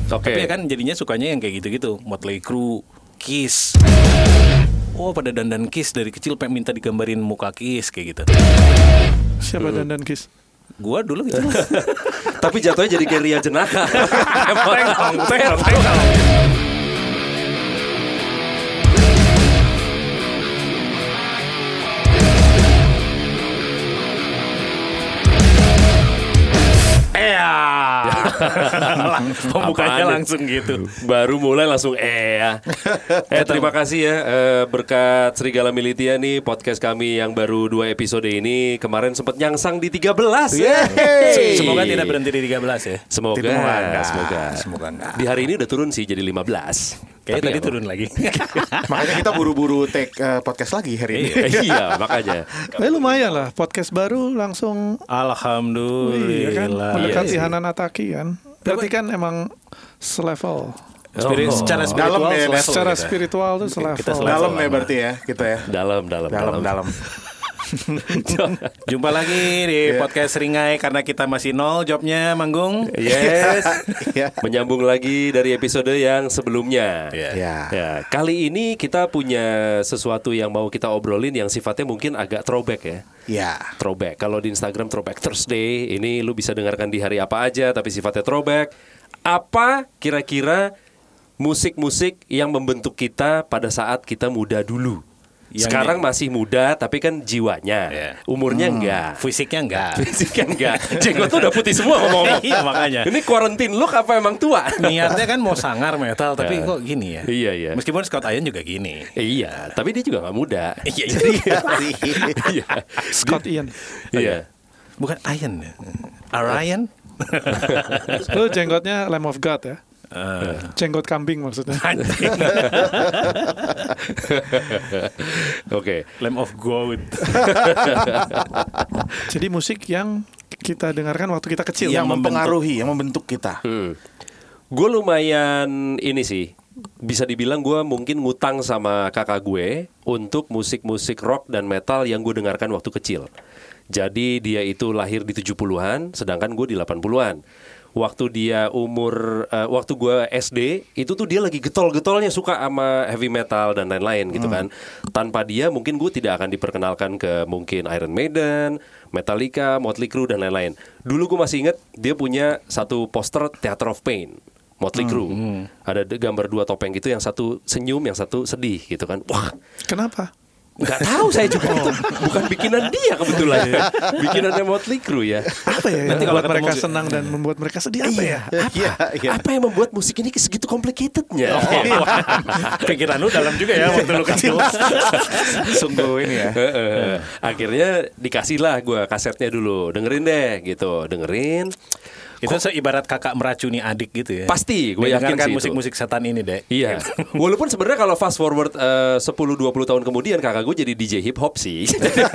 Tapi Oke. ya kan jadinya sukanya yang kayak gitu-gitu, Motley Crue, Kiss. Oh, pada dandan Kiss dari kecil pengen minta digambarin muka Kiss kayak gitu. Siapa dandan Kiss? Gua dulu gitu. Tapi jatuhnya jadi kayak Ria Jenaka. Pembukanya Apaan langsung gitu. Baru mulai langsung ya. Terima kasih ya berkat Serigala Militia nih podcast kami yang baru 2 episode ini kemarin sempat nyangsang di 13. Semoga tidak berhenti di 13 ya. Semoga. enggak. Di hari ini udah turun sih jadi 15. Kayaknya tadi apa? turun lagi. Makanya kita buru-buru take podcast lagi hari ini. Iya, makanya. Lumayan lah, podcast baru langsung Alhamdulillah. kan mendekati Iya sih. Hanan Ataki kan. Berarti kan emang selevel. Secara spiritual Dalam ya, selevel Secara kita. spiritual tuh Kita selevel. selevel. Dalam ya lama. berarti ya kita ya. Dalam. Jumpa lagi di podcast Ringai karena kita masih nol jobnya manggung. Yes. Iya. Menyambung lagi dari episode yang sebelumnya. Ya. Ya, kali ini kita punya sesuatu yang mau kita obrolin yang sifatnya mungkin agak throwback ya. Ya. Throwback. Kalau di Instagram Throwback Thursday, ini lu bisa dengarkan di hari apa aja tapi sifatnya throwback. Apa kira-kira musik-musik yang membentuk kita pada saat kita muda dulu? Yang Sekarang masih muda tapi kan jiwanya, Iya. umurnya enggak. Fisiknya enggak. Fisiknya enggak. Jenggot tuh udah putih semua ngomong. Iya, makanya. Ini quarantine look apa emang tua? Niatnya kan mau sangar metal tapi kok gini ya. Iya. Meskipun Scott Ian juga gini. Iya, tapi dia juga nggak muda. Iya. Iya, Scott Ian. iya. Bukan Ian ya. Ryan. Lu jenggotnya Lamb of God ya. Jenggot kambing maksudnya. Oke. Lamb of God. Jadi musik yang kita dengarkan waktu kita kecil. Yang mempengaruhi, yang membentuk kita. Gue lumayan ini sih. Bisa dibilang gue mungkin ngutang sama kakak gue untuk musik-musik rock dan metal yang gue dengarkan waktu kecil. Jadi dia itu lahir di 70-an, sedangkan gue di 80-an. Waktu dia waktu gue SD, itu tuh dia lagi getol-getolnya suka sama heavy metal dan lain-lain gitu kan. Tanpa dia mungkin gue tidak akan diperkenalkan ke mungkin Iron Maiden, Metallica, Motley Crue dan lain-lain. Dulu gue masih inget dia punya satu poster Theater of Pain, Motley Crue. Ada gambar 2 topeng gitu, yang satu senyum, yang satu sedih gitu kan. Wah, Kenapa? nggak tahu saya juga itu bukan bikinan dia kebetulan. Bikinannya Motley Crue ya. Apa ya yang Nanti kalau membuat mereka ketemu- senang dan membuat mereka sedih? Apa ya? Apa yang membuat musik ini segitu complicatednya? Pikiran lu dalam juga ya waktu lu kecil. Sungguh ini ya. Akhirnya dikasih lah gue kasetnya dulu, dengerin deh gitu, dengerin. Itu ibarat kakak meracuni adik gitu ya. Pasti, gue yakin Dengarkan sih itu. musik-musik setan ini deh. Iya. Walaupun sebenarnya kalau fast forward 10-20 tahun kemudian kakak gue jadi DJ hip hop sih.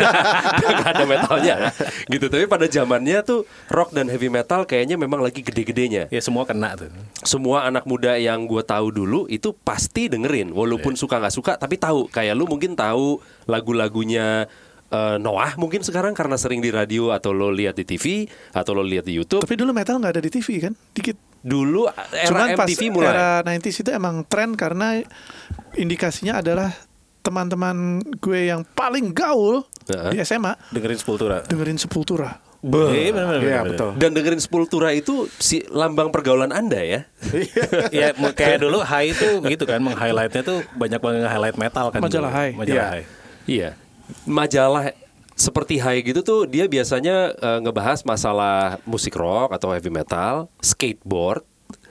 Gak ada metalnya gitu. Tapi pada zamannya tuh rock dan heavy metal kayaknya memang lagi gede-gedenya. Ya semua kena tuh. Semua anak muda yang gue tahu dulu itu pasti dengerin, walaupun suka nggak suka tapi tahu. Kayak lu mungkin tahu lagu-lagunya Noah mungkin sekarang karena sering di radio atau lo lihat di TV atau lo lihat di YouTube. Tapi dulu metal nggak ada di TV kan? Dikit. Dulu Cuman era pas MTV mulai. era 90s itu emang tren karena indikasinya adalah teman-teman gue yang paling gaul di SMA Dengerin Sepultura. dengerin Sepultura. Iya benar. Iya betul. Dan dengerin Sepultura itu si lambang pergaulan Anda ya. Ya kayak dulu High itu gitu kan, meng-highlightnya tuh banyak banget nge-highlight metal kan. Majalah dulu. High. Majalah Iya. High. Iya. Majalah seperti High gitu tuh dia biasanya ngebahas masalah musik rock atau heavy metal, skateboard,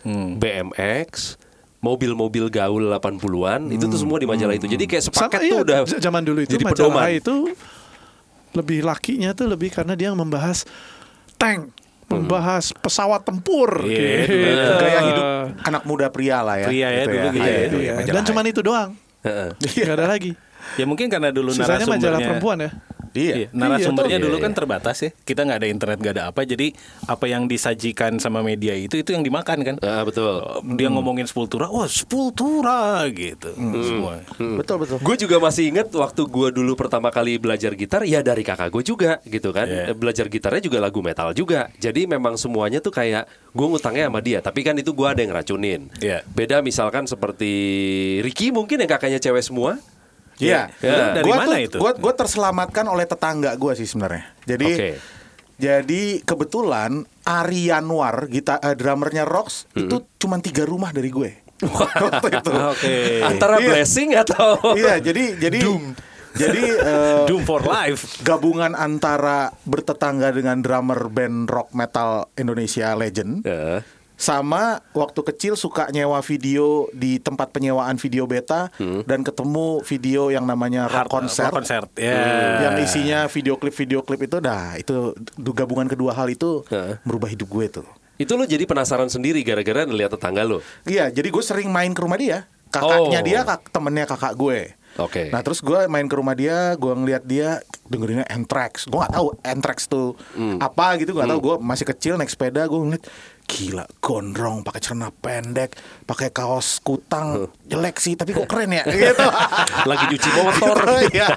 BMX, mobil-mobil gaul 80-an, itu tuh semua di majalah itu. Jadi kayak sepaket tuh udah zaman dulu itu jadi majalah pedoman. High itu lebih lakinya tuh lebih karena dia membahas tank, membahas pesawat tempur Iya, gitu. Gaya hidup anak muda pria lah ya. Pria ya, dulu gitu Iya, ya. itu Iya. majalah Dan cuman Hai. itu doang. Heeh. Gak ada lagi. Ya mungkin karena dulu Sisanya narasumbernya majalah perempuan ya. Iya. Narasumbernya Iya, dulu iya. kan terbatas ya. Kita nggak ada internet, nggak ada apa. Jadi apa yang disajikan sama media itu yang dimakan kan. Betul. Dia ngomongin Sepultura, wah Sepultura gitu. Semua. Betul. Gue juga masih inget waktu gue dulu pertama kali belajar gitar, ya dari kakak gue juga gitu kan. Yeah. Belajar gitarnya juga lagu metal juga. Jadi memang semuanya tuh kayak gue ngutangnya sama dia. Tapi kan itu gue ada yang racunin. Yeah. Beda misalkan seperti Ricky mungkin yang kakaknya cewek semua. Iya. Lu dari Gua mana tuh, itu? Gue terselamatkan oleh tetangga gue sih sebenarnya. Jadi Oke. jadi kebetulan Ari Yanuar, drummernya Rox itu cuma 3 rumah dari gue. Waktu itu. Oke. Antara Iya. blessing atau Iya, jadi Doom for life. gabungan antara bertetangga dengan drummer band rock metal Indonesia Legend. Ya. Sama waktu kecil suka nyewa video di tempat penyewaan video beta dan ketemu video yang namanya rock concert. Rock concert. Ya. Yang isinya video klip itu itu gabungan kedua hal itu merubah hidup gue tuh. Itu lo jadi penasaran sendiri gara-gara ngeliat tetangga lo. Iya, jadi gue sering main ke rumah dia. Kakaknya Oh. dia temennya kakak gue. Oke. Nah terus gue main ke rumah dia, gue ngeliat dia dengerinnya Anthrax. Gue nggak tahu Anthrax tuh apa gitu, nggak tahu. Gue masih kecil naik sepeda, gue ngeliat gila gondrong, pakai celana pendek, pakai kaos kutang, jelek sih tapi kok keren ya gitu. Lagi cuci motor. Iya.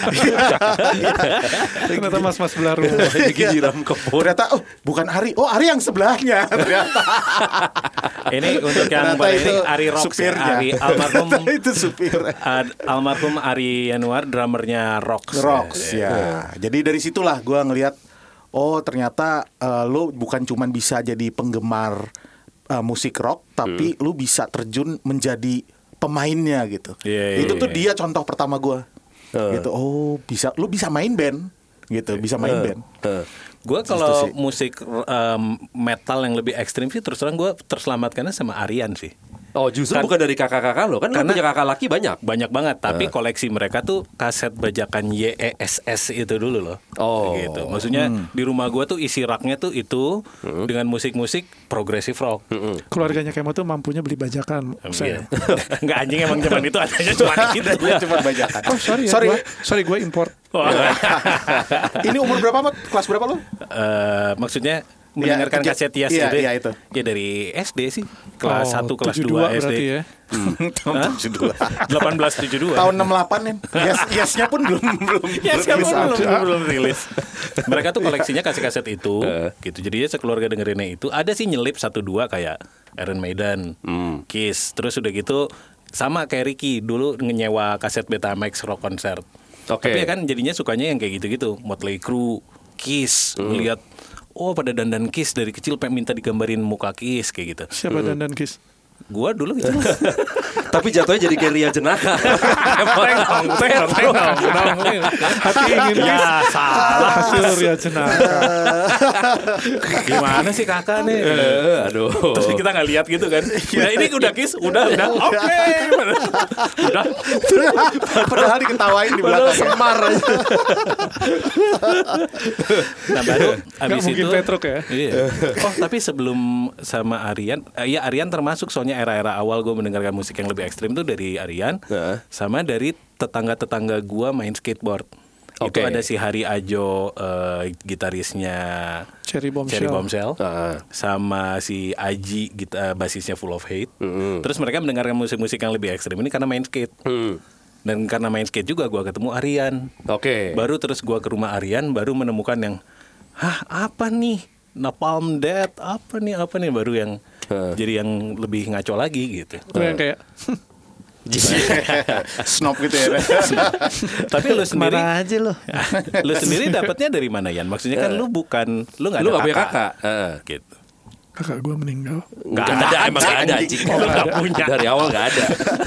Ternyata mas-mas belah rumah. Lagi nyiram kebun. Ternyata bukan Ari, Ari yang sebelahnya ternyata. Ini untuk yang Ternyata pada itu ini Ari Rox ya. supirnya. Ari almarhum Ternyata itu supir. almarhum Ari Yanuar, drummernya Rox. Rocks ya. Jadi dari situlah gue ngelihat ternyata lo bukan cuman bisa jadi penggemar musik rock, tapi lo bisa terjun menjadi pemainnya gitu. Iya, Itu iya, tuh iya. dia contoh pertama gue. Gitu. Lo bisa main band gitu, bisa main band. Gue kalau musik metal yang lebih ekstrim sih terus terang gue terselamatkannya sama Aryan sih. Oh justru bukan dari kakak-kakak lo. Kan lo Karena- punya kakak laki banyak. Banyak banget, tapi koleksi mereka tuh kaset bajakan YESS itu dulu loh. Oh. Gitu. Maksudnya di rumah gua tuh isi raknya tuh itu dengan musik-musik progressive rock. Keluarganya Kemo tuh mampunya beli bajakan. Iya. Saya. Enggak anjing emang zaman itu adanya cuma gitu. Cuma bajakan. Oh sorry ya, Sorry. gue import. Ini umur berapa, Mat? Kelas berapa lo? Maksudnya mendengarkan Iya, kaset Tias iya, gitu. iya, itu. Ya dari SD sih. Kelas 1, Oh, kelas 72 2 SD. berarti ya. Hah? 1872. Tahun 68 nih. Yes-nya pun belum Ya siapa rilis. belum rilis. Mereka tuh koleksinya kaset-kaset itu, gitu. Jadinya sekeluarga dengerinnya itu. Ada sih nyelip 1-2 kayak Iron Maiden, Kiss. Terus udah gitu sama kayak Ricky dulu nyewa kaset Betamax rock concert. Oke. Tapi ya kan jadinya sukanya yang kayak gitu-gitu, Motley Crue, Kiss, ngeliat pada dandan Kiss dari kecil pengen minta digambarin muka Kiss kayak gitu. Siapa Dandan Kiss? Gua dulu gitu. Tapi jatuhnya jadi kayak Ria Jenaka. Hati ingin Ya salah. hasil Ria Cenaka. Gimana sih kakak nih? Aduh. Terus kita nggak lihat gitu kan? Nah ini udah Kiss, udah, oke, udah. Padahal diketawain di belakang. Semar aja. Nah baru Gak abis mungkin itu. Petruk ya. Iya. Oh tapi sebelum sama Aryan, ya Aryan termasuk soalnya era-era awal gue mendengarkan musik yang lebih ekstrim tuh dari Aryan, sama dari tetangga-tetangga gue main skateboard. Oke. Itu ada si Hari Ajo, gitarisnya Cherry Cherry Bombshell. Bombshell, sama si Aji, basisnya Full of Hate. Terus mereka mendengarkan musik-musik yang lebih ekstrim ini karena main skate. Dan karena main skate juga gue ketemu Aryan. Oke. Baru terus gue ke rumah Aryan, baru menemukan yang, apa nih? Napalm Death, apa nih? Baru yang jadi yang lebih ngaco lagi gitu. Gue yang kayak Snob gitu ya. Tapi lu sendiri, mana aja lo. lu sendiri dapatnya dari mana Yan? Maksudnya kan lu nggak Lu ada gak punya kakak. Gitu. Kakak gue meninggal. Nggak ada, emang nggak ada anjing. Nggak punya. Dari awal nggak ada.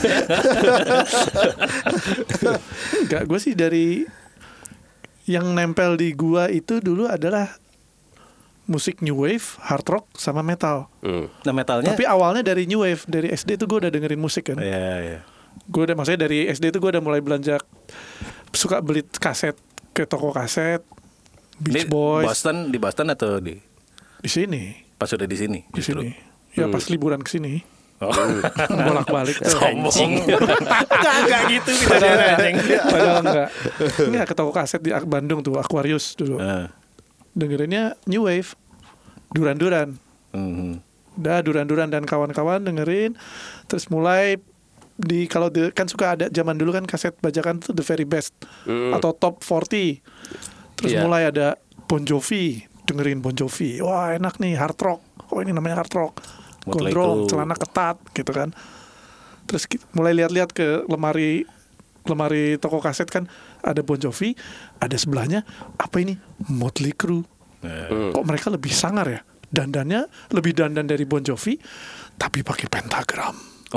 Enggak, gue sih dari yang nempel di gua itu dulu adalah musik new wave, hard rock, sama metal. Nah metalnya. Tapi awalnya dari new wave, dari SD itu gue udah dengerin musik kan. Iya. Gue udah, maksudnya dari SD itu gue udah mulai belanja, suka beli kaset ke toko kaset, Beach Di Boys Boston atau di di sini, pas udah di sini? di justru? sini. Ya pas liburan ke sini. bolak-balik. Anjing. Enggak gitu Padahal enggak. Enggak, ke toko kaset di Bandung tuh, Aquarius dulu. Dengerinnya New Wave, Duran-Duran. Duran-Duran dan kawan-kawan dengerin. Terus mulai kan suka ada zaman dulu kan kaset bajakan tuh The Very Best atau Top 40. Terus mulai ada Bon Jovi, dengerin Bon Jovi. Wah, enak nih, hard rock. Oh, ini namanya hard rock. Gondrong, celana ketat gitu kan. Terus mulai lihat-lihat ke lemari toko kaset kan, ada Bon Jovi, ada sebelahnya apa ini? Motley Crue. Kok mereka lebih sangar ya? Dandannya lebih dandan dari Bon Jovi, tapi pakai pentagram.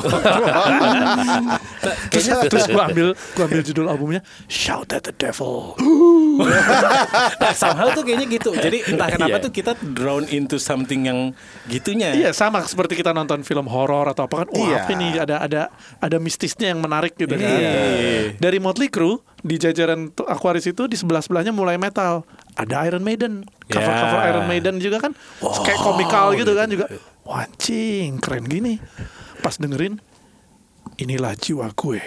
Terus gue ambil judul albumnya Shout at the Devil. Somehow tuh kayaknya gitu. Jadi entah kenapa tuh kita drawn into something yang gitunya. Iya, sama seperti kita nonton film horor atau apa kan. Apa ini ada mistisnya yang menarik gitu kan. Dari Motley Crue di jajaran Aquarius itu di sebelah-sebelahnya mulai metal. Ada Iron Maiden. Cover Iron Maiden juga kan. Kayak komikal gitu kan juga. Wancing, keren gini. Pas dengerin, inilah jiwa gue.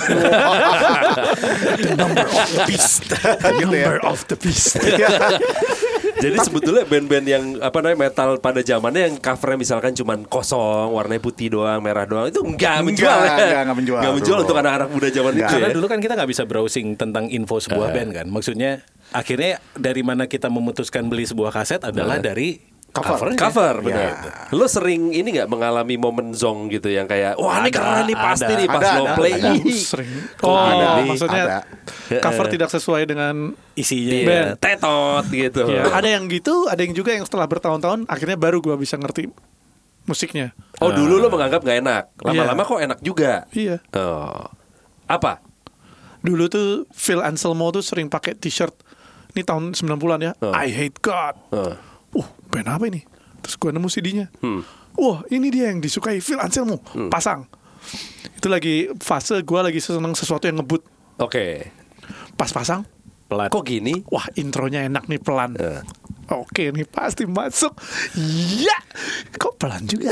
The number of the beast. Number of the beast. Jadi sebetulnya band-band yang metal pada zamannya yang covernya misalkan cuman kosong, warnanya putih doang, merah doang, itu enggak menjual. Enggak menjual untuk anak-anak muda zaman itu. Karena dulu kan kita nggak bisa browsing tentang info sebuah band kan. Maksudnya akhirnya dari mana kita memutuskan beli sebuah kaset adalah dari cover benar. Lo sering ini nggak mengalami momen zong gitu yang kayak wah ini keren nih pasti nih pas lo play. Sering. Maksudnya cover tidak sesuai dengan isinya. Band. Tetot gitu. Ya, ada yang gitu, ada yang juga yang setelah bertahun-tahun akhirnya baru gue bisa ngerti musiknya. Oh dulu lo menganggap nggak enak, lama-lama kok enak juga. Iya. Apa? Dulu tuh Phil Anselmo tuh sering pakai t-shirt. Ini tahun 90-an ya. I Hate God. Band apa ini? Terus gue nemu CD-nya. Wah, ini dia yang disukai Phil Anselmo. Pasang. Itu lagi fase gue lagi seneng sesuatu yang ngebut. Oke. Pas pasang, pelan. Kok gini? Wah, intronya enak nih, pelan. Oke, nih pasti masuk. Iya. Kok pelan juga?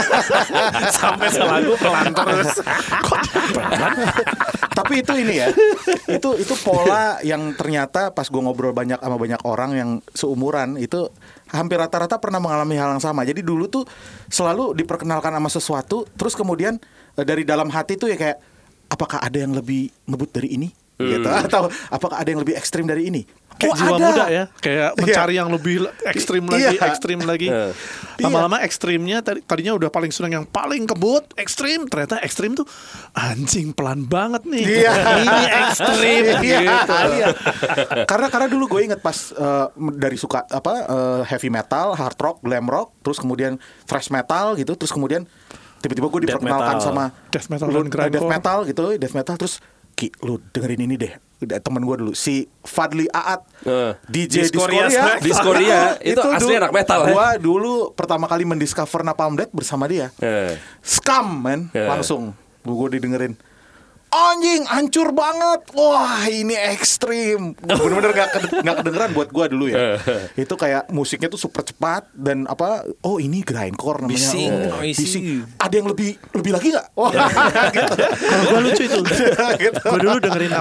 Sampai selalu pelan terus. Kok pelan? Tapi itu ini ya, itu pola yang ternyata pas gue ngobrol banyak sama banyak orang yang seumuran itu hampir rata-rata pernah mengalami hal yang sama. Jadi dulu tuh selalu diperkenalkan sama sesuatu, terus kemudian dari dalam hati tuh ya kayak apakah ada yang lebih ngebut dari ini? Gitu. Atau apakah ada yang lebih ekstrim dari ini? Kayak jiwa muda ya, kayak mencari yang lebih ekstrim lagi. Lama-lama ekstrimnya tadinya udah paling seneng yang paling kebut, ekstrim. Ternyata ekstrim tuh anjing pelan banget nih. Ini ekstrim gitu. Karena dulu gue inget pas dari suka heavy metal, hard rock, glam rock, terus kemudian thrash metal gitu, terus kemudian tiba-tiba gue diperkenalkan sama death metal dan grindcore. Death metal gitu, death metal terus Ki, lu dengerin ini deh. Temen gue dulu si Fadli Aat DJ Diskoria itu asli anak metal ya. Gue dulu pertama kali mendiscover Napalm Death bersama dia. Scum man, langsung gue didengerin. Anjing, hancur banget. Wah, ini ekstrim. Bener-bener gak kedengeran buat gue dulu ya. Itu kayak musiknya tuh super cepat dan oh ini grindcore namanya. Bising. Ada yang lebih lagi gak? Wah, gitu. Kalau gue lucu itu. Gue dulu dengerin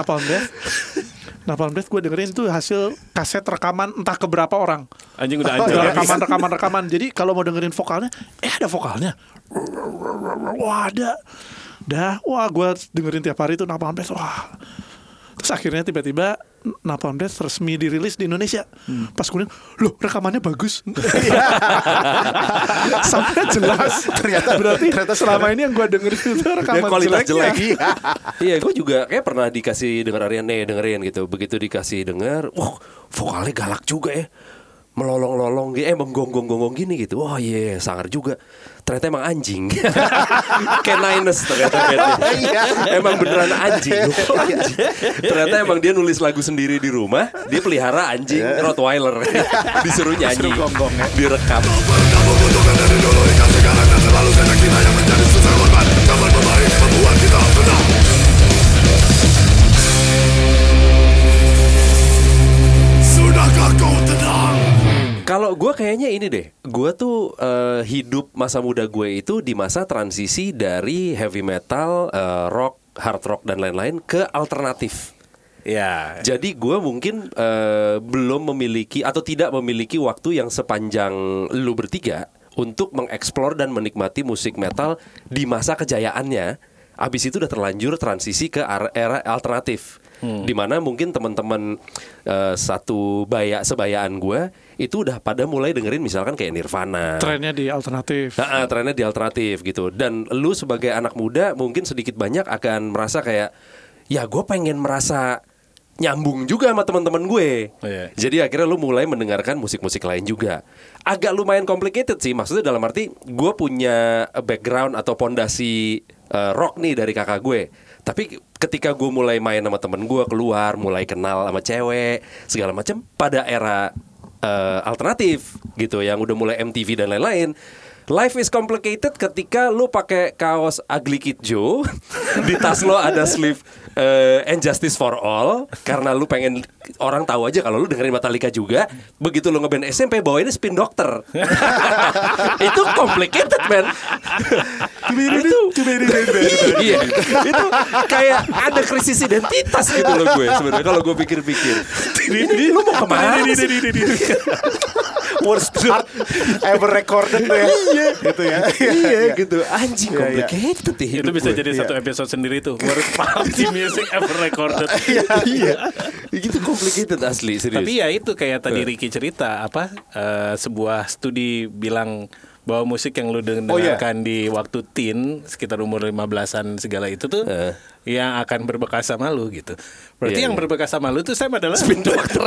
Napalm Death gue dengerin tuh hasil kaset rekaman entah keberapa orang. Anjing udah hancur. Rekaman. Jadi kalau mau dengerin vokalnya, ada vokalnya. Wah, ada. Wah gue dengerin tiap hari tuh Napalm Death. Wah. Terus akhirnya tiba-tiba Napalm Death resmi dirilis di Indonesia. Pas kemudian, loh rekamannya bagus. Sampai jelas. Ternyata selama ini yang gue dengerin itu rekaman jelek. Iya, gue juga kayak pernah dikasih denger Ariane dengerin gitu. Begitu dikasih denger, wah vokalnya galak juga ya. Melolong-lolong gitu, menggonggong-gonggong gini gitu. Wah iya, sangar juga. Ternyata emang anjing. Canines ternyata bandnya. Emang beneran anjing. Ternyata emang dia nulis lagu sendiri di rumah. Dia pelihara anjing Rottweiler. Disuruh nyanyi, direkam. Kalau gue kayaknya ini deh, gue tuh hidup masa muda gue itu di masa transisi dari heavy metal, rock, hard rock dan lain-lain ke alternatif. Ya. Jadi gue mungkin belum memiliki atau tidak memiliki waktu yang sepanjang lu bertiga untuk mengeksplor dan menikmati musik metal di masa kejayaannya. Abis itu udah terlanjur transisi ke era alternatif. Dimana mungkin teman-teman sebayaan gue itu udah pada mulai dengerin misalkan kayak Nirvana. Trennya di alternatif. Trennya di alternatif gitu. Dan lu sebagai anak muda mungkin sedikit banyak akan merasa kayak, ya gue pengen merasa nyambung juga sama teman-teman gue. Jadi akhirnya lu mulai mendengarkan musik-musik lain juga. Agak lumayan complicated sih. Maksudnya dalam arti gue punya background atau pondasi rock nih dari kakak gue. Tapi ketika gue mulai main sama temen gue, keluar, mulai kenal sama cewek, segala macam pada era alternatif gitu, yang udah mulai MTV dan lain-lain. Life is complicated ketika lu pakai kaos Ugly Kid Joe, di tas lo ada sleeve And Justice for All, karena lu pengen orang tahu aja kalau lu dengerin Metallica juga. Begitu lu ngeband SMP bawainnya Spin Doctor. Itu complicated, man. Iya, itu kayak ada krisis identitas gitu loh gue sebenarnya kalau gue pikir-pikir. Ini lu mau kemana sih? Worst part ever recorded tuh ya. Gitu ya. Iya gitu. Anjing complicated ya. Itu bisa jadi satu episode sendiri tuh. Worst party music ever recorded. Iya. Gitu complicated asli, serius. Tapi ya itu kayak tadi Ricky cerita sebuah studi bilang bahwa musik yang lu dengarkan di waktu teen sekitar umur 15-an segala itu tuh yang akan berbekas sama lu gitu. Berarti yang berbekas sama lu tuh Sam adalah Spin Doctor.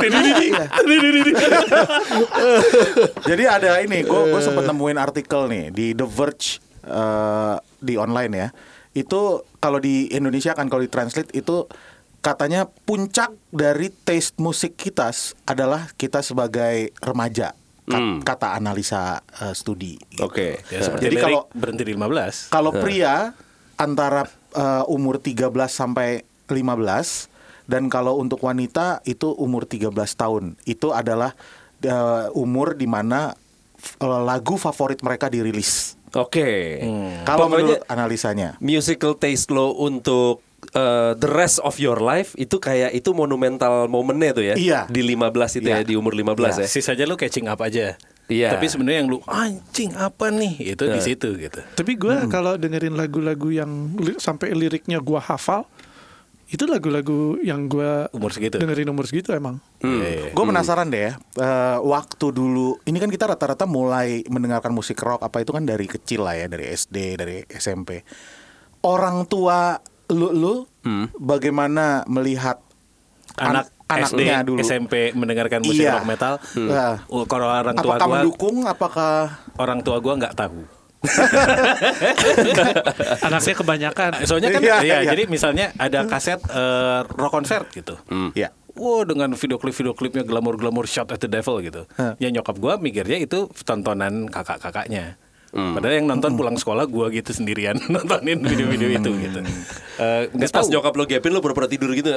Jadi ada ini, gue sempat nemuin artikel nih di The Verge di online ya. Itu kalau di Indonesia kan kalau ditranslate itu katanya puncak dari taste musik kita adalah kita sebagai remaja. Kata analisa studi. Oke. Ya, jadi kalau berhenti di 15. Kalau pria antara umur 13 sampai 15 dan kalau untuk wanita itu umur 13 tahun. Itu adalah umur di mana lagu favorit mereka dirilis. Oke. Kalau menurut analisanya. Musical taste lo untuk the rest of your life itu kayak itu monumental momennya tuh ya. Iya. Di 15 itu ya, di umur 15 ya. Sisanya lu catching up aja. Iya. Tapi sebenarnya yang lu anjing apa nih itu di situ gitu. Tapi gue kalau dengerin lagu-lagu yang sampai liriknya gue hafal, itu lagu-lagu yang gue Umur segitu. dengerin umur segitu emang. Gue penasaran deh ya, waktu dulu ini kan kita rata-rata mulai mendengarkan musik rock apa itu kan dari kecil lah ya, dari SD, dari SMP. Orang tua lu bagaimana melihat anaknya SD, dulu SMP mendengarkan musik rock metal? Kalau orang tua apakah gua mendukung? Apakah orang tua gua nggak tahu. Anaknya kebanyakan. Soalnya kan Iya. jadi misalnya ada kaset rock concert gitu. ya? Wow, dengan video-klipnya glamour shot at the devil gitu. Ya nyokap gua mikirnya itu tontonan kakak-kakaknya. Padahal yang nonton pulang sekolah gua gitu sendirian nontonin video-video itu gitu. Terus pas nyokap lo gapin lo pura-pura tidur gitu.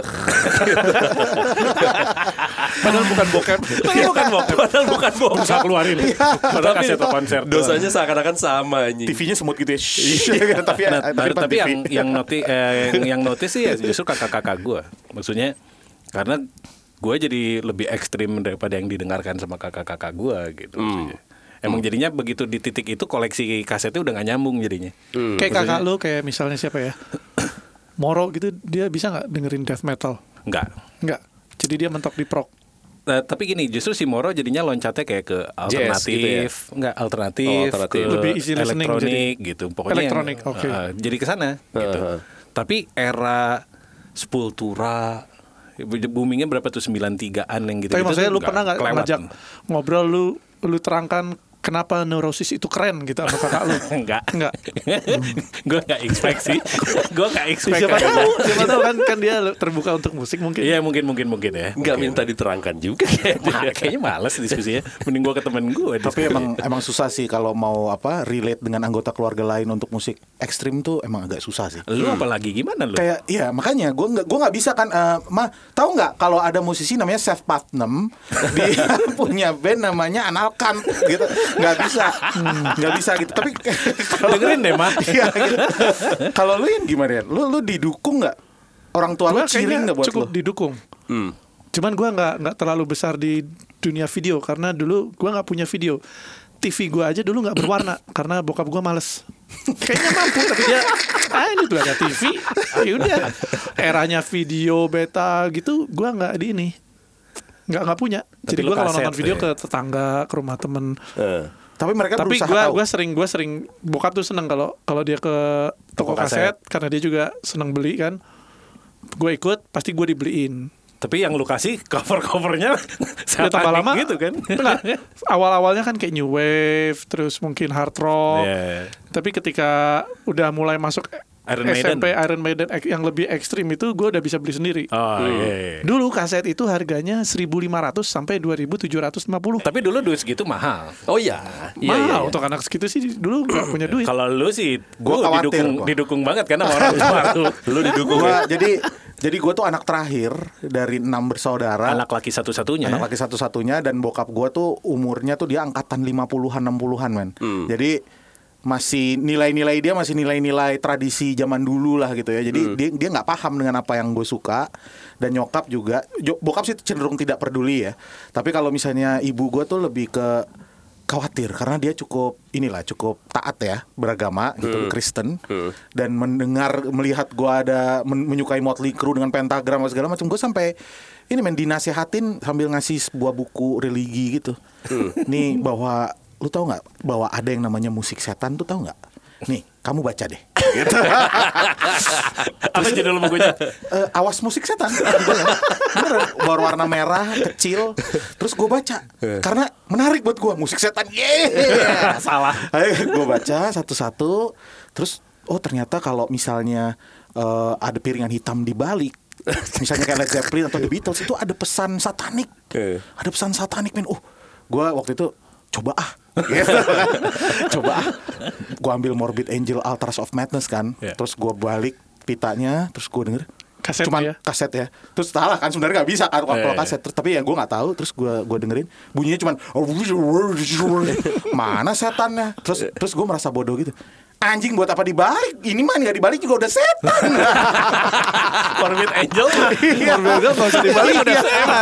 Padahal bukan bokep. Padahal bukan bokep. Bisa keluarin. Padahal kaset konser. Dosanya seakan-akan sama anjing. TV-nya semut gitu ya. Tapi yang notice sih ya justru kakak-kakak gue. Maksudnya karena gue jadi lebih ekstrim daripada yang didengarkan sama kakak-kakak gue gitu. Emang jadinya begitu di titik itu koleksi kasetnya udah gak nyambung jadinya. Kayak kakak lu kayak misalnya siapa ya? Moro gitu, dia bisa gak dengerin death metal? Enggak. Jadi dia mentok di prog. Tapi gini, justru si Moro jadinya loncatnya kayak ke alternatif, gitu ya? alternatif, ke lebih easy listening elektronik gitu. Pokoknya elektronik, oke. Jadi ke sana gitu. Tapi era Sepultura boomingnya berapa tuh 93-an yang gitu. Tapi maksudnya lu pernah gak kelewat. ngajak ngobrol, lu terangkan kenapa Neurosis itu keren gitu sama kakak lu? Enggak. Gue gak expect sih. Gue gak expect. Siapa tahu kan dia terbuka untuk musik mungkin. Iya mungkin ya. Nggak minta diterangkan juga kayaknya males diskusinya. Mending gue ke temen gue. Tapi emang susah sih kalau mau relate dengan anggota keluarga lain untuk musik ekstrim tuh emang agak susah sih. Lu apalagi gimana lu? Kayak ya makanya gue nggak bisa kan. Tahu nggak kalau ada musisi namanya Seth Putnam dia punya band namanya Analkan gitu. nggak bisa gitu. Tapi dengerin deh mah. iya, gitu. Kalau lu yang gimana ya? Lu didukung nggak? Orang tua lu Gua cheering kayaknya nggak buat cukup lu? didukung. Cuman gue nggak terlalu besar di dunia video karena dulu gue nggak punya video. TV gue aja dulu nggak berwarna karena bokap gue males. Kayaknya mampu tapi dia ini tuh ada TV. Ya udah. Eranya video beta gitu gue nggak di ini. Nggak punya. Tapi Jadi lu gue kalau kaset nonton video ya? ke tetangga, ke rumah temen. Tapi mereka Tapi berusaha tahu. gue sering bokap tuh seneng kalau dia ke toko kaset karena dia juga seneng beli kan. Gue ikut pasti gue dibeliin. Tapi yang lu kasih cover-covernya Ya tambah lama gitu kan. Enggak, awal-awalnya kan kayak new wave, terus mungkin hard rock. Yeah. Tapi ketika udah mulai masuk Iron Maiden. SMP Iron Maiden yang lebih ekstrim itu gue udah bisa beli sendiri. Oh iya. Dulu kaset itu harganya 1.500 sampai 2.750. Tapi dulu duit segitu mahal. Oh iya. Mahal untuk anak segitu sih dulu nggak punya duit. Kalau lu sih, Gua lu khawatir, gua. didukung banget karena orang tua lu. Lu didukung Gua, ya? jadi gue tuh anak terakhir dari 6 bersaudara. Anak laki satu-satunya. Anak laki satu-satunya dan bokap gue tuh umurnya tuh dia angkatan 50-an 60-an men. Jadi masih nilai-nilai dia masih nilai-nilai tradisi zaman dulu lah gitu ya. Jadi dia nggak paham dengan apa yang gue suka dan nyokap juga. Bokap sih cenderung tidak peduli ya. Tapi kalau misalnya ibu gue tuh lebih ke khawatir karena dia cukup taat ya, beragama gitu, Kristen. Dan melihat gue ada menyukai Motley Crue dengan pentagram dan segala macam, gue sampai ini dinasehatin sambil ngasih sebuah buku religi gitu. Nih bahwa lu tahu nggak bahwa ada yang namanya musik setan tuh, tahu nggak? Nih kamu baca deh. Gitu. Apa judul bukunya? Awas musik setan. Beneran, berwarna merah kecil. Terus gue baca karena menarik buat gue, musik setan. Yeah. Salah. Gue baca satu-satu. Terus ternyata kalau misalnya ada piringan hitam di balik, misalnya kayak Led Zeppelin atau The Beatles, itu ada pesan satanik. Ada pesan satanik men. Gue waktu itu coba gue ambil Morbid Angel Altars of Madness kan. Terus gue balik pitanya, terus gue denger Kaset cuman ya? kaset ya. Terus salah kan, sebenarnya nggak bisa kan kalau kaset. Terus tapi ya gue nggak tahu. Terus gue dengerin bunyinya cuman mana setannya. Terus gue merasa bodoh gitu. Anjing, buat apa dibalik? Ini mah nggak dibalik juga udah setan. Morbid Angel mah. Morbid Angel kalau usah dibalik udah setan.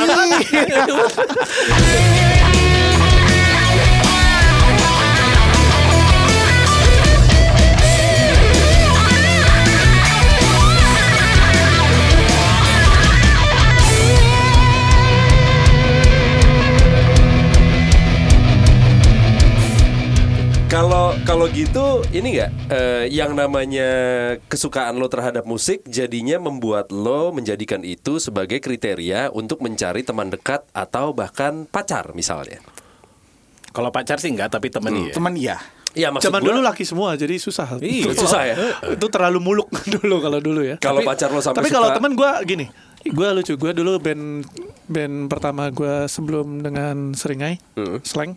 Kalau gitu ini nggak yang namanya kesukaan lo terhadap musik jadinya membuat lo menjadikan itu sebagai kriteria untuk mencari teman dekat atau bahkan pacar misalnya. Kalau pacar sih enggak, tapi temen iya. Temen iya. Ya maksud Zaman gua, dulu laki semua jadi susah. Iya, susah ya. Itu terlalu muluk dulu kalau dulu ya. Kalau pacar lo sampai Tapi suka, kalau teman gue gini, gue lucu. Gue dulu band pertama gue sebelum dengan Seringai, Slang.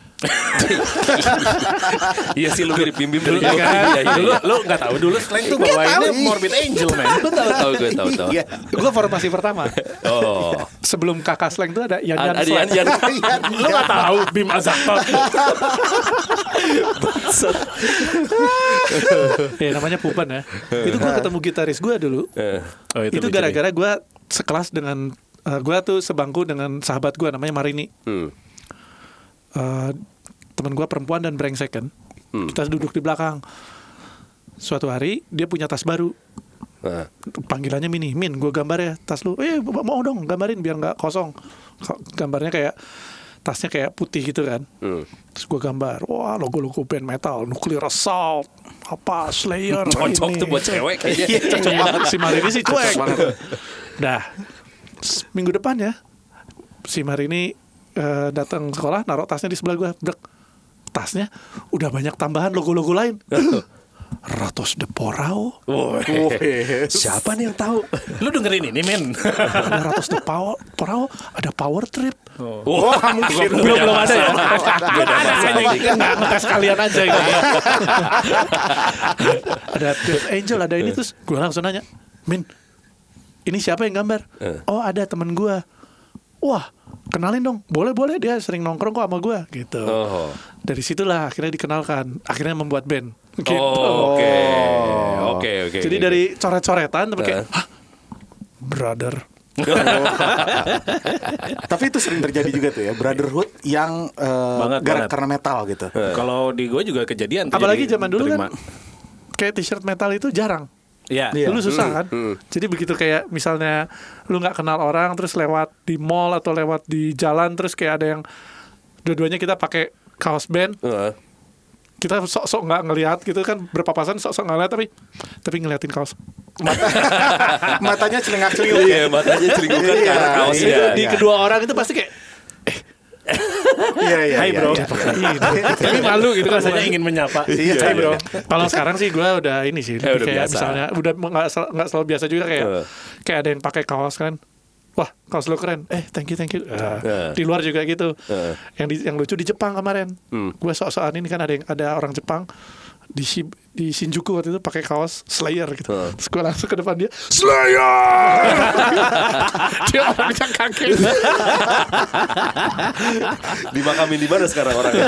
iya sih lu mirip Bim dulu kan? Dulu lu nggak tahu dulu Slang tuh bawainnya Morbid Angel man. Lu tahu gue tahu. Iya. Gue formasi pertama. Oh. Sebelum kakak Slang tuh ada Yan Ada Slang. Yan. Lu nggak tahu Bim Azakton. Ya namanya Pupen ya. Itu gue ketemu gitaris gue dulu. Oh, Itu gara-gara gue sekelas dengan gue tuh sebangku dengan sahabat gue namanya Marini. Teman gue perempuan dan brengsek kan. Kita duduk di belakang. Suatu hari dia punya tas baru. Panggilannya Min, gue gambar ya tas lu. Mau dong gambarin biar nggak kosong. Gambarnya kayak tasnya kayak putih gitu kan. Terus gue gambar, wah logo-logo band metal, Nuclear Assault, apa Slayer. Cocok ini. tuh buat cewek kayaknya. Iya, cocok banget. Si Marini sih cuek. Dah, minggu depan ya, si Marini datang sekolah, naruh tasnya di sebelah gue. Tasnya udah banyak tambahan logo-logo lain. Ratos de Porao. Siapa nih yang tahu? Lu dengerin ini men. Ada Ratos de Porao, ada Power Trip. Wah, mungkin Belum ada ya. Nggak Ngetes kalian aja gitu. Ada Death Angel, ada ini. Terus gue langsung nanya, Min, ini siapa yang gambar? Oh ada temen gue. Wah, kenalin dong, boleh dia sering nongkrong kok sama gue gitu. Dari situlah akhirnya dikenalkan, akhirnya membuat band gitu. Oke. Jadi dari coret-coretan tapi kayak hah, brother. Tapi itu sering terjadi juga tuh ya, brotherhood yang banget. karena metal gitu. Kalau di gue juga kejadian. Apalagi zaman dulu kan kayak t-shirt metal itu jarang. Iya. Dulu susah kan. Jadi begitu kayak misalnya lu nggak kenal orang terus lewat di mall atau lewat di jalan terus kayak ada yang dua-duanya kita pakai kaos band. Kita sok-sok nggak ngelihat gitu kan, berpapasan sok-sok nggak ngelihat tapi ngeliatin kaos. Matanya celingak-celinguk. Iya, matanya celingukan ke arah kaosnya. Itu di kedua orang itu pasti kayak Iya. Hai bro. tapi malu gitu kan, Rasanya ingin menyapa. Iya, Hai bro. Kalau sekarang sih gue udah ini sih, udah kayak biasa. misalnya udah nggak selalu biasa juga kayak ada yang pakai kaos kan, wah kaos lo keren, thank you. Di luar juga gitu. Yang lucu di Jepang kemarin, gue sok-sokan ini kan ada orang Jepang di Shinjuku waktu itu pakai kaos Slayer gitu. Terus gue langsung ke depan dia, Slayer. Dia orangnya kaget. Dimakamin di mana sekarang orangnya?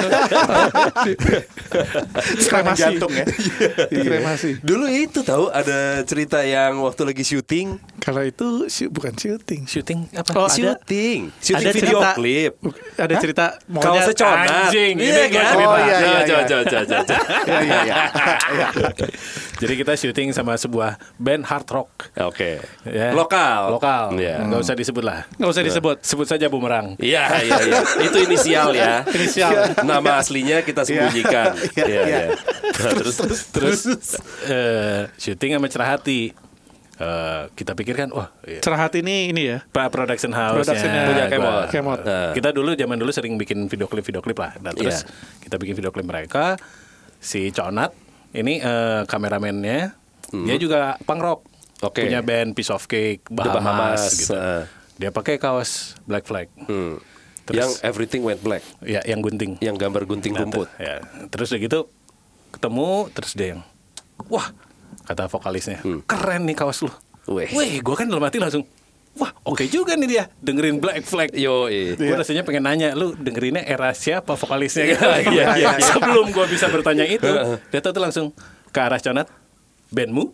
Serangan jantung ya. Kremasi. Dulu itu tahu ada cerita yang waktu lagi syuting. Kalau itu bukan syuting. Syuting apa? Oh, ada Syuting ada video cerita- klip. Ada cerita Kalau maunya seconat. anjing, ini Iya gua kan? cerita. Oh, iya. Coba. Iya. Jadi kita syuting sama sebuah band hard rock. Oke. Ya. Lokal. Iya. Nggak usah disebut lah. nggak usah disebut. Sebut saja Bumerang. Iya. Itu inisial ya. Inisial. Nama aslinya kita sembunyikan. Iya. Terus Syuting sama Cerahati. Kita pikirkan, wah, iya. Cerhat ini ya. Pak Production House Production-nya punya Kemot. Kemot. Kita zaman dulu sering bikin video klip lah. Nah, terus kita bikin video klip mereka. Si Conat ini kameramennya, dia juga punk rock. Oke. Punya band Piece of Cake, The Bahamas. Bahamas gitu. Dia pakai kaos Black Flag. Yang everything went black. Ya, yang gunting. Yang gambar gunting rumput. Ya. Terus udah gitu ketemu, terus dia yang, wah, kata vokalisnya, keren nih kaos lu. Wih, gue kan dalam hati langsung, wah, oke juga nih dia dengerin Black Flag. Gue rasanya pengen nanya, lu dengerinnya era siapa vokalisnya? Iya. Sebelum gue bisa bertanya itu, dia tuh langsung ke arah Conat, bandmu?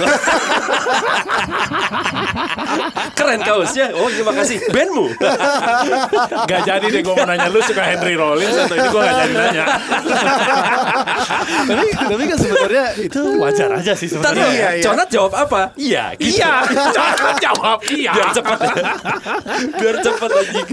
Keren kaosnya. Oh iya makasih. Bandmu. Gak jadi deh gue mau nanya, lu suka Henry Rollins atau ini gue gak jadi nanya. tapi kan sebenarnya itu wajar aja sih sebenarnya. Iya. Conat jawab apa? Iya. Gitu. Iya, Conat jawab iya. Biar cepet. Biar cepet anjing.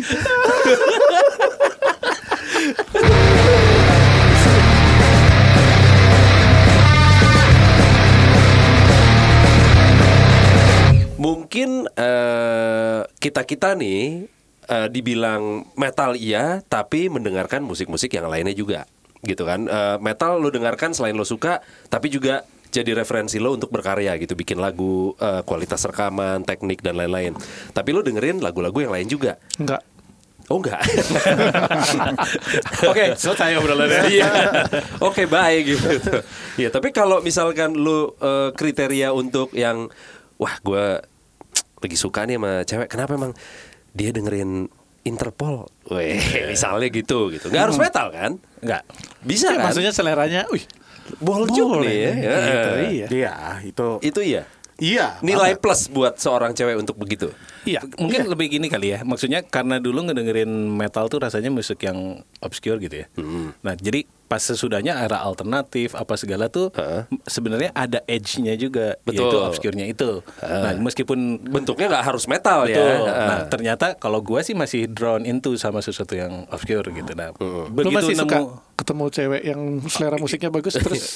Mungkin kita nih dibilang metal iya, tapi mendengarkan musik-musik yang lainnya juga, gitu kan? Metal lo dengarkan selain lo suka, tapi juga jadi referensi lo untuk berkarya gitu, bikin lagu, kualitas rekaman, teknik dan lain-lain. Tapi lo dengerin lagu-lagu yang lain juga. Enggak. Oh enggak. Oke, selesai obrolannya. Iya. Oke, baik gitu. Ya, tapi kalau misalkan lu kriteria untuk yang wah, gue lagi suka nih sama cewek, kenapa emang dia dengerin Interpol? Weh, misalnya gitu. Nggak harus metal kan? Enggak. Bisa Ya, kan? maksudnya seleranya, boljuk nih ya. Gitu, iya. Iya, Itu iya. Iya. Nilai plus buat seorang cewek untuk begitu. Iya. Mungkin lebih gini kali ya. Maksudnya karena dulu ngedengerin metal tuh rasanya musik yang obscure gitu ya. Nah, jadi pas sesudahnya era alternatif apa segala tuh sebenarnya ada edge-nya juga, Betul. yaitu obscure-nya itu. Nah, meskipun Bentuknya nggak harus metal betul. ya. Nah, ternyata kalau gue sih masih drawn into sama sesuatu yang obscure gitu. Nah, Lu begitu masih nemu suka ketemu cewek yang selera musiknya bagus terus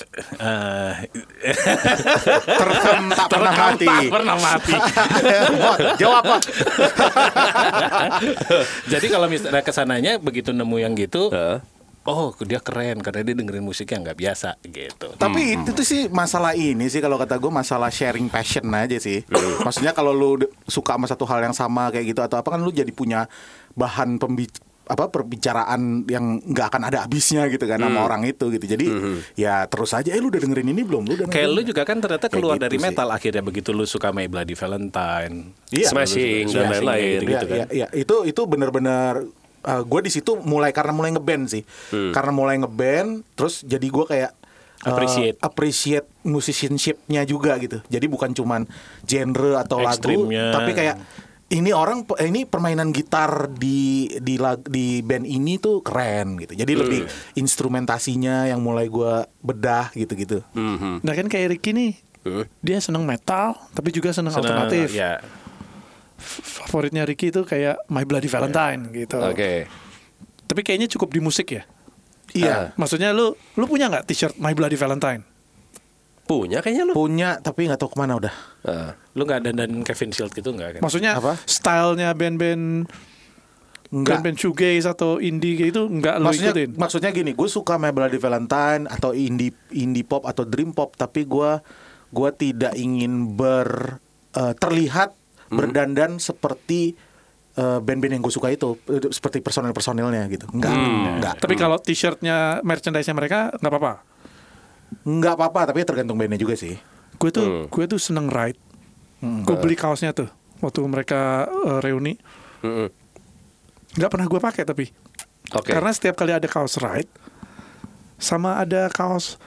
Terkam tak pernah mati. tak pernah mati. Mot, jawab apa? Jadi kalau misalnya kesananya begitu nemu yang gitu, oh dia keren karena dia dengerin musik yang nggak biasa gitu. Tapi itu tuh sih masalah ini sih kalau kata gue masalah sharing passion aja sih. Maksudnya kalau lu suka sama satu hal yang sama kayak gitu atau apa kan lu jadi punya bahan perbicaraan yang nggak akan ada habisnya gitu kan sama orang itu gitu. Jadi ya terus aja lu udah dengerin ini belum? Kayak lu juga kan ternyata keluar Kayak dari gitu metal akhirnya begitu lu suka My Bloody Valentine, Smashing dan lain-lain gitu kan. Iya, itu benar-benar gue di situ mulai ngeband sih. Karena mulai ngeband terus jadi gue kayak appreciate musicianship-nya juga gitu. Jadi bukan cuman genre atau Ekstrimnya. lagu, tapi kayak ini permainan gitar di band ini tuh keren gitu. Jadi lebih instrumentasinya yang mulai gue bedah gitu-gitu. Nah kan kayak Ricky nih, dia seneng metal tapi juga seneng alternatif. Ya. Favoritnya Ricky itu kayak My Bloody Valentine gitu. Oke. Tapi kayaknya cukup di musik ya. Iya. Maksudnya lu punya nggak t-shirt My Bloody Valentine? Punya kayaknya lu. Punya tapi nggak tahu kemana udah. Lu nggak dandan Kevin Shield gitu nggak kan? Maksudnya Apa? stylenya band-band Enggak. band-band shoegaze atau indie gitu nggak lu ikutin? Maksudnya gini, gue suka My Bloody Valentine atau indie pop atau dream pop, tapi gue tidak ingin terlihat berdandan seperti band-band yang gue suka itu, seperti personil-personilnya gitu. Enggak. Tapi kalau t-shirtnya, merchandise-nya mereka nggak apa-apa. Enggak apa-apa, tapi tergantung bandnya juga sih. Gue tuh seneng Ride. Gue beli kaosnya tuh waktu mereka reuni. Nggak pernah gue pakai tapi. Oke. Karena setiap kali ada kaos Ride sama ada kaos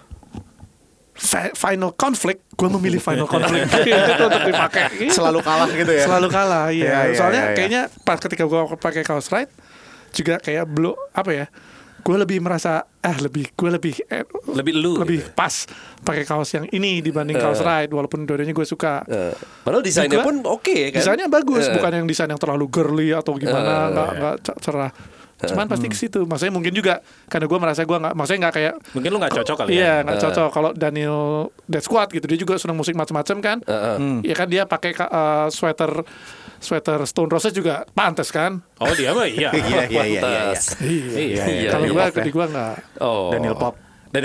Final Conflict, gue memilih Final Conflict itu untuk dipakai. Selalu kalah gitu ya. Selalu kalah, iya. Iya, Soalnya iya. kayaknya pas ketika gue pakai kaos Ride juga kayak gue lebih merasa lebih lu lebih gitu. pas pakai kaos yang ini dibanding kaos Ride, walaupun dua-duanya gue suka. Padahal desainnya Gua- pun oke kan. Desainnya bagus, bukan yang desain yang terlalu girly atau gimana, nggak cerah. Cuman pasti ke situ. Maksudnya mungkin juga karena gue merasa gue maksudnya nggak kayak Mungkin lu nggak cocok kali iya ya. nggak cocok. Kalau Daniel Death Squad gitu, dia juga senang musik macam-macam kan. Ya kan dia pakai sweater Stone Roses juga pantas kan. Oh dia mah iya. Iya. Pantas. Iya, Kalau iya. gue Pop ya. di gue nggak. Oh. Daniel Pop. Dan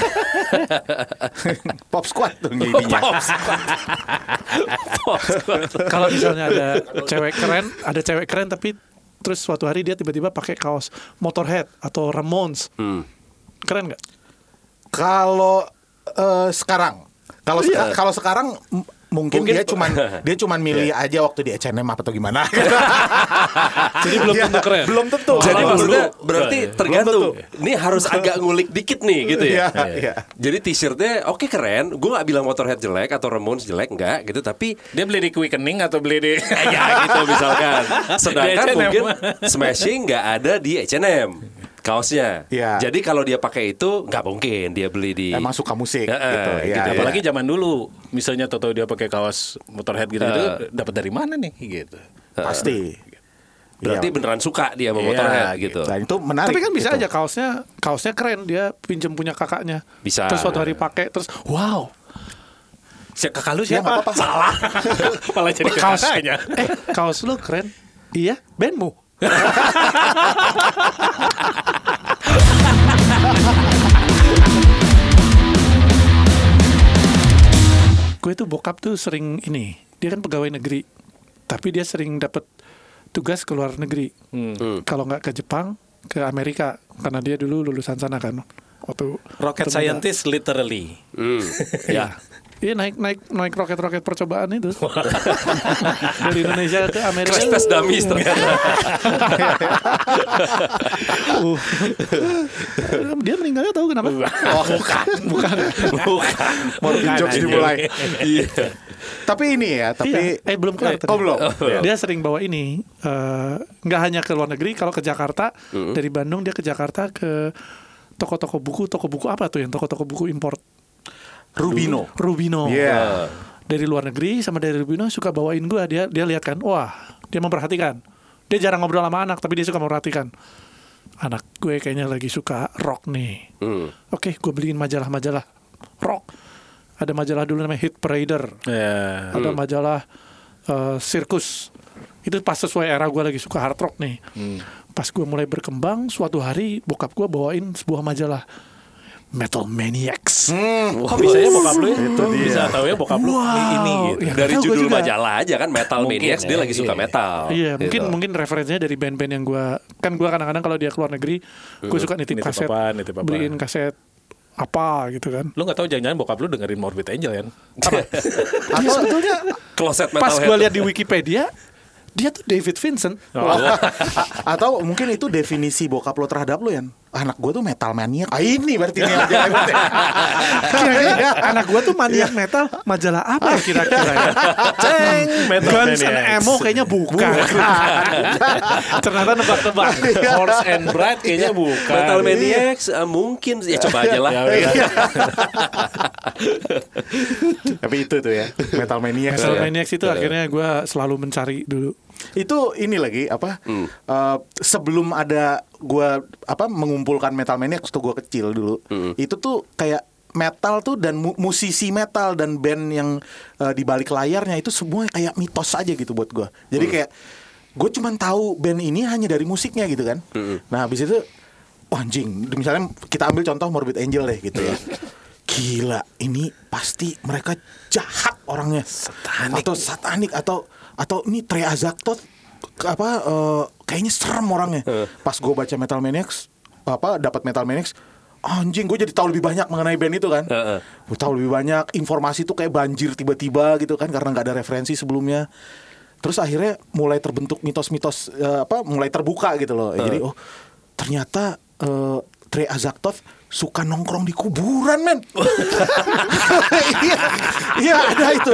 Pop Squad tuh jadinya. Kalau misalnya ada cewek keren tapi terus suatu hari dia tiba-tiba pakai kaos Motorhead atau Ramones, keren nggak? Kalau sekarang, kalau sekarang mungkin dia cuman milih aja waktu di H&M atau gimana. Jadi belum tentu keren. Belum tentu. Jadi Kalau maksudnya dulu- berarti tergantung. Ini harus agak ngulik dikit nih gitu ya. Iya. Jadi t-shirtnya oke keren. Gue nggak bilang Motorhead jelek atau Ramones jelek enggak gitu. Tapi dia beli di Quickening atau beli di ya gitu misalkan. Sedangkan Di H&M. mungkin Smashing nggak ada di H&M kaosnya. Iya. Jadi kalau dia pakai itu nggak mungkin dia beli di. Emang suka musik Heeh, gitu. gitu. Iya, apalagi zaman dulu misalnya tahu dia pakai kaos Motorhead gitu dapat dari mana nih gitu. pasti. Berarti Iya. beneran suka dia sama Iya, Motorhead gitu. Dan itu menarik. Tapi kan bisa gitu. aja kaosnya keren, dia pinjam punya kakaknya. Bisa. Terus suatu hari pakai terus wow. Kakak lu Ya, siapa? nggak apa-apa. Salah. Malah jadi Kaos kakaknya. kaos lu keren. Iya, bandmu. Gue tuh bokap tuh sering ini, dia kan pegawai negeri, tapi dia sering dapat tugas ke luar negeri. Kalau nggak ke Jepang, ke Amerika, karena dia dulu lulusan sana kan. Waktu Rocket waktu muda. scientist literally. Ya. Iya naik roket percobaan itu dari Indonesia ke Amerika. Crash test dummies ternyata. Dia meninggalnya tahu kenapa? Oh, bukan. Morbid jokes anjir. dimulai. Tapi ini ya, tapi Iya. Belum kelar tadi. Oh, belum. Dia sering bawa ini, nggak hanya ke luar negeri. Kalau ke Jakarta, dari Bandung dia ke Jakarta ke toko-toko buku apa tuh yang toko-toko buku import? Rubino. Iya. Dari luar negeri sama dari Rubino suka bawain gua. Dia lihat kan, wah dia memperhatikan. Dia jarang ngobrol sama anak, tapi dia suka memperhatikan. Anak gue kayaknya lagi suka rock nih. Oke, gue beliin majalah-majalah rock. Ada majalah dulu namanya Hit Parader. Ya. Ada majalah Sirkus. Itu pas sesuai era gue lagi suka hard rock nih. Pas gue mulai berkembang, suatu hari bokap gue bawain sebuah majalah Metal Maniacs. Kok bisa ya bokap lu ya? Itu dia. Bisa tahu ya bokap lu ini gitu. Ya, Dari nggak tahu gua judul juga. majalah aja kan, Metal Mungkin Maniacs, dia ya, lagi suka iya. metal. Iya, gitu. mungkin referensinya dari band-band yang gue kadang-kadang kalau dia keluar negeri, gue suka nitip Nitip kaset, apaan, nitip apaan. beliin kaset apa gitu kan. Lu nggak tahu jangan-jangan bokap lu dengerin Morbid Angel kan? Atau sebetulnya Closet pas gue metalhead. lihat di Wikipedia, dia tuh David Vincent. Atau mungkin itu definisi bokap lo terhadap lo, Yan. Anak gue tuh metal maniak. Ini berarti ini aja. Kira-kira anak gue tuh maniak metal, majalah apa ya kira-kira ya? Ceng, Metal Guns and Maniacs. Emo kayaknya bukan. Ternyata nebak-nebak. Horse and Bride kayaknya bukan. Metal Maniacs mungkin ya coba aja lah. Ya udah. Tapi itu tuh ya, metal maniak. Metal ya. Maniacs itu akhirnya gue selalu mencari dulu. Itu ini lagi apa? Sebelum ada gua mengumpulkan Metal Maniacs waktu gua kecil dulu. Itu tuh kayak metal tuh dan musisi metal dan band yang di balik layarnya itu semua kayak mitos aja gitu buat gua. Jadi kayak gue cuman tahu band ini hanya dari musiknya gitu kan. Nah, habis itu anjing, misalnya kita ambil contoh Morbid Angel deh gitu ya. Gila, ini pasti mereka jahat orangnya, satanik atau ini Trey Azagthoth kayaknya serem orangnya. Pas gue baca Metal Maniacs, dapat Metal Maniacs, anjing gue jadi tahu lebih banyak mengenai band itu kan. Gue tahu lebih banyak, informasi tuh kayak banjir tiba-tiba gitu kan karena nggak ada referensi sebelumnya. Terus akhirnya mulai terbentuk mitos-mitos mulai terbuka gitu loh. Jadi ternyata Trey Azagthoth suka nongkrong di kuburan, men. Iya, ada itu.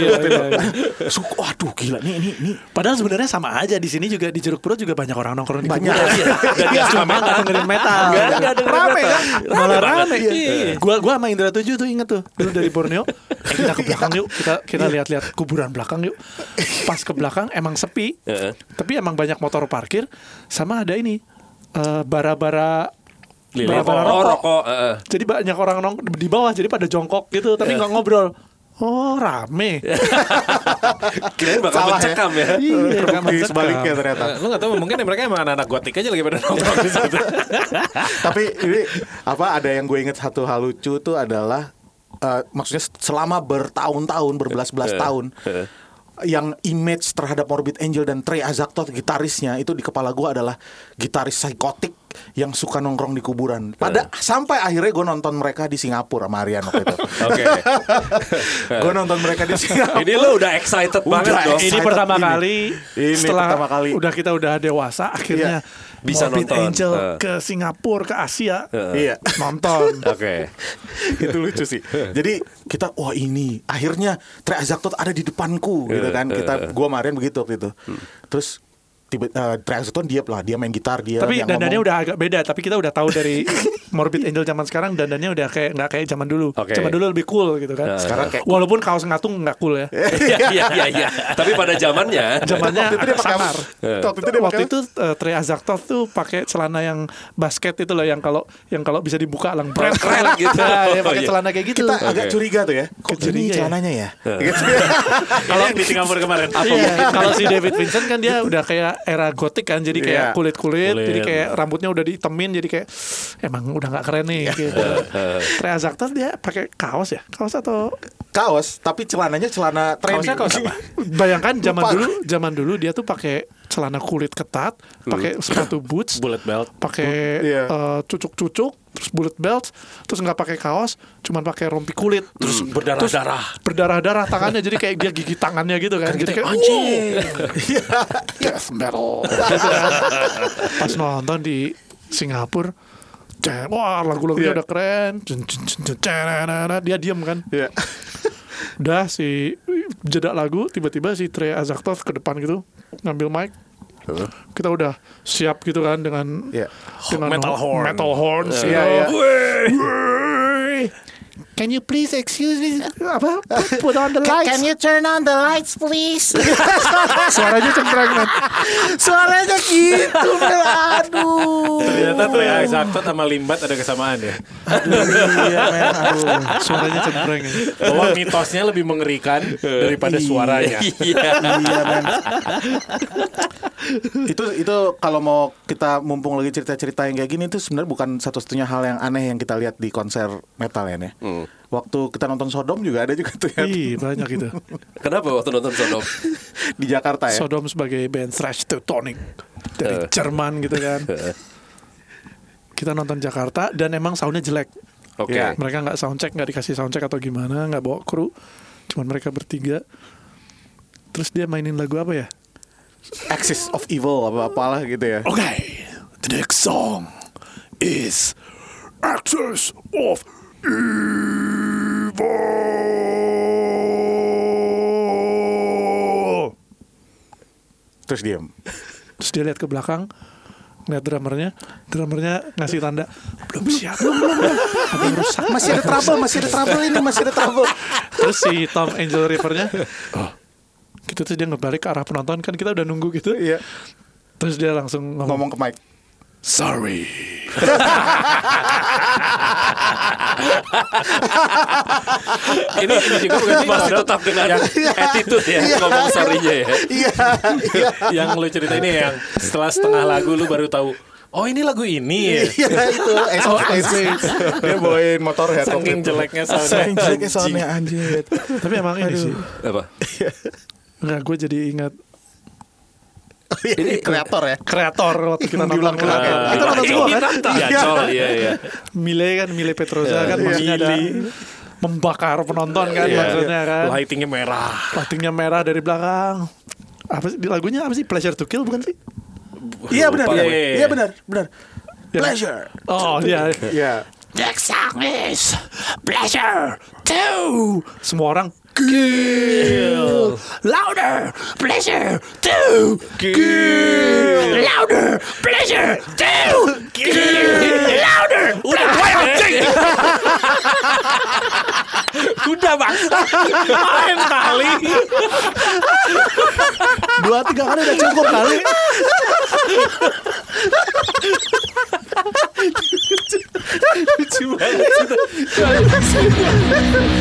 Waduh, gila nih. Padahal sebenarnya sama aja di sini juga di Jeruk Purut juga banyak orang nongkrong di Banyak. kuburan. Dan Iya. cuma nggak dengerin metal. Nggak dengerin Rame metal. kan? Malah rame. Iya. Gua sama Indra 7 tuh inget tuh dulu dari Borneo. Kita ke belakang yuk. Kita lihat-lihat kuburan belakang yuk. Pas ke belakang emang sepi. Tapi emang banyak motor parkir sama ada ini bara-bara Rokok. Jadi banyak orang di bawah jadi pada jongkok gitu tapi nggak ngobrol. Oh, rame. Kirain bakal Salah mencekam ya. Iya, nggak Terbukti mencekam. sebaliknya ternyata. Lu nggak tahu mungkin mereka emang anak-anak gotik aja lagi pada nongkrong di situ. Tapi ini ada yang gue inget satu hal lucu tuh adalah maksudnya selama bertahun-tahun, berbelas-belas tahun, yang image terhadap Morbid Angel dan Trey Azagthoth gitarisnya itu di kepala gue adalah gitaris psikotik yang suka nongkrong di kuburan. Sampai akhirnya gue nonton mereka di Singapura sama Aryan waktu itu. Oke. Gue nonton mereka di Singapura. Ini lo udah excited banget dong. Ini Excited pertama ini. kali Ini setelah pertama kali. kita udah dewasa akhirnya Bisa Morbid nonton. Angel ke Singapura, ke Asia. Iya. Nonton. Oke. Itu lucu sih. Jadi kita ini akhirnya Trey Azagthoth ada di depanku gitu kan. Gua kemarin begitu waktu itu. Terus Trey Azagthoth dia main gitar, dia Tapi yang dandannya ngomong. udah agak beda. Tapi kita udah tahu dari Morbid Angel zaman sekarang dandannya udah kayak nggak kayak zaman dulu. Oke. Zaman dulu lebih cool gitu kan. Sekarang kayak Walaupun kaos ngatung nggak cool ya. Iya. Tapi pada zamannya Zamannya waktu itu dia agak pakai samar. waktu itu dia pakai Trey Azagthoth tuh pakai celana yang basket itu loh yang kalau bisa dibuka lang Keren gitu. Nah, dia pakai Iya. celana kayak gitu. kita agak curiga tuh ya. Kok Curiga ini ya? celananya ya? Kalau di Singapura kemarin. Iya, kalau si David Vincent kan dia udah kayak era gotik kan, jadi kayak Iya. kulit-kulit, Kulit. jadi kayak rambutnya udah ditemin, jadi kayak emang udah nggak keren nih. Gitu. Trey Azagthoth dia pakai kaos ya, kaos atau Kaos, tapi celananya celana training. Kaosnya kaos apa? bayangkan Lupa. zaman dulu dia tuh pakai celana kulit ketat, pakai sepatu boots, Bullet belt. pakai Iya. cucuk-cucuk, terus bullet belt, terus nggak pakai kaos, cuman pakai rompi kulit, terus berdarah-darah tangannya, jadi kayak dia gigit tangannya gitu kan, jadi kayak death metal. Gitu kan. Pas nonton di Singapura, wah lagu-lagunya udah keren, dia diem kan, Iya. udah si jeda lagu, tiba-tiba si Trey Azagthoth ke depan gitu ngambil mic. Kita udah siap gitu kan dengan Iya. Metal horn. metal horns. Iya, gitu. iya. Wey. Can you please excuse me? Apa? Put on the lights. Can you turn on the lights, please? Suaranya cempreng kan. Suaranya gitu, men. Aduh. Ternyata Trey Azagthoth sama Limbat ada kesamaan ya. Iya, men. Aduh. Suaranya cempreng. Ya. Bahwa mitosnya lebih mengerikan daripada suaranya. Iya. Iya, men. Itu kalau mau kita mumpung lagi cerita-cerita yang kayak gini itu sebenarnya bukan satu-satunya hal yang aneh yang kita lihat di konser metal ya nih. Waktu kita nonton Sodom juga ada juga tuh ya. Ih, banyak itu. Kenapa waktu nonton Sodom? Di Jakarta ya. Sodom sebagai band thrash Teutonic dari Jerman gitu kan. Kita nonton Jakarta dan emang soundnya jelek. Oke. Iya. Mereka nggak soundcheck, nggak dikasih soundcheck atau gimana, nggak bawa kru, cuman mereka bertiga. Terus dia mainin lagu apa ya? Axis of Evil apa-apalah gitu ya. Okay, the next song is Axis of Evil. Terus diam. Terus dia lihat ke belakang, ngeliat drummernya ngasih tanda belum siap, ada yang rusak. Masih ada trouble ini, masih ada trouble. Terus si Tom Angel River-nya, oh, gitu. Terus dia ngebalik ke arah penonton, kan kita udah nunggu gitu. Iya. Terus dia langsung Ngomong ke mic. sorry. Ini juga bukan sih Masih tetap dengan attitude ya ngomong sorry-nya ya. Iya. yang lu cerita ini yang setelah setengah lagu lu baru tahu. Oh ini lagu ini ya. Iya itu Ace of Base. Dia bawain Motorhead. Saking jeleknya soundnya. Saking jeleknya soundnya anjir. Tapi emang ini sih, Apa? nggak, gue jadi ingat Ini kreator ya. kreator waktu kita nonton Diulang kemarin. kreator. Kita nonton semua kan? Iya, Col, iya. Mile Petroza kan maksudnya ada membakar penonton kan maksudnya kan. Lightingnya merah. Lightingnya merah dari belakang. Apa sih lagunya, apa sih? Pleasure to Kill bukan sih? Iya benar. Lupa, Iya benar. Pleasure. Oh iya. Iya. Next song is Pleasure 2. Semua orang Kill. Louder. Pleasure 2. Kill. Louder. Pleasure 2. Kill. Louder. Udah gue anjing. Udah bangsa. Main kali. 2-3 kali udah cukup kali. Lucu banget.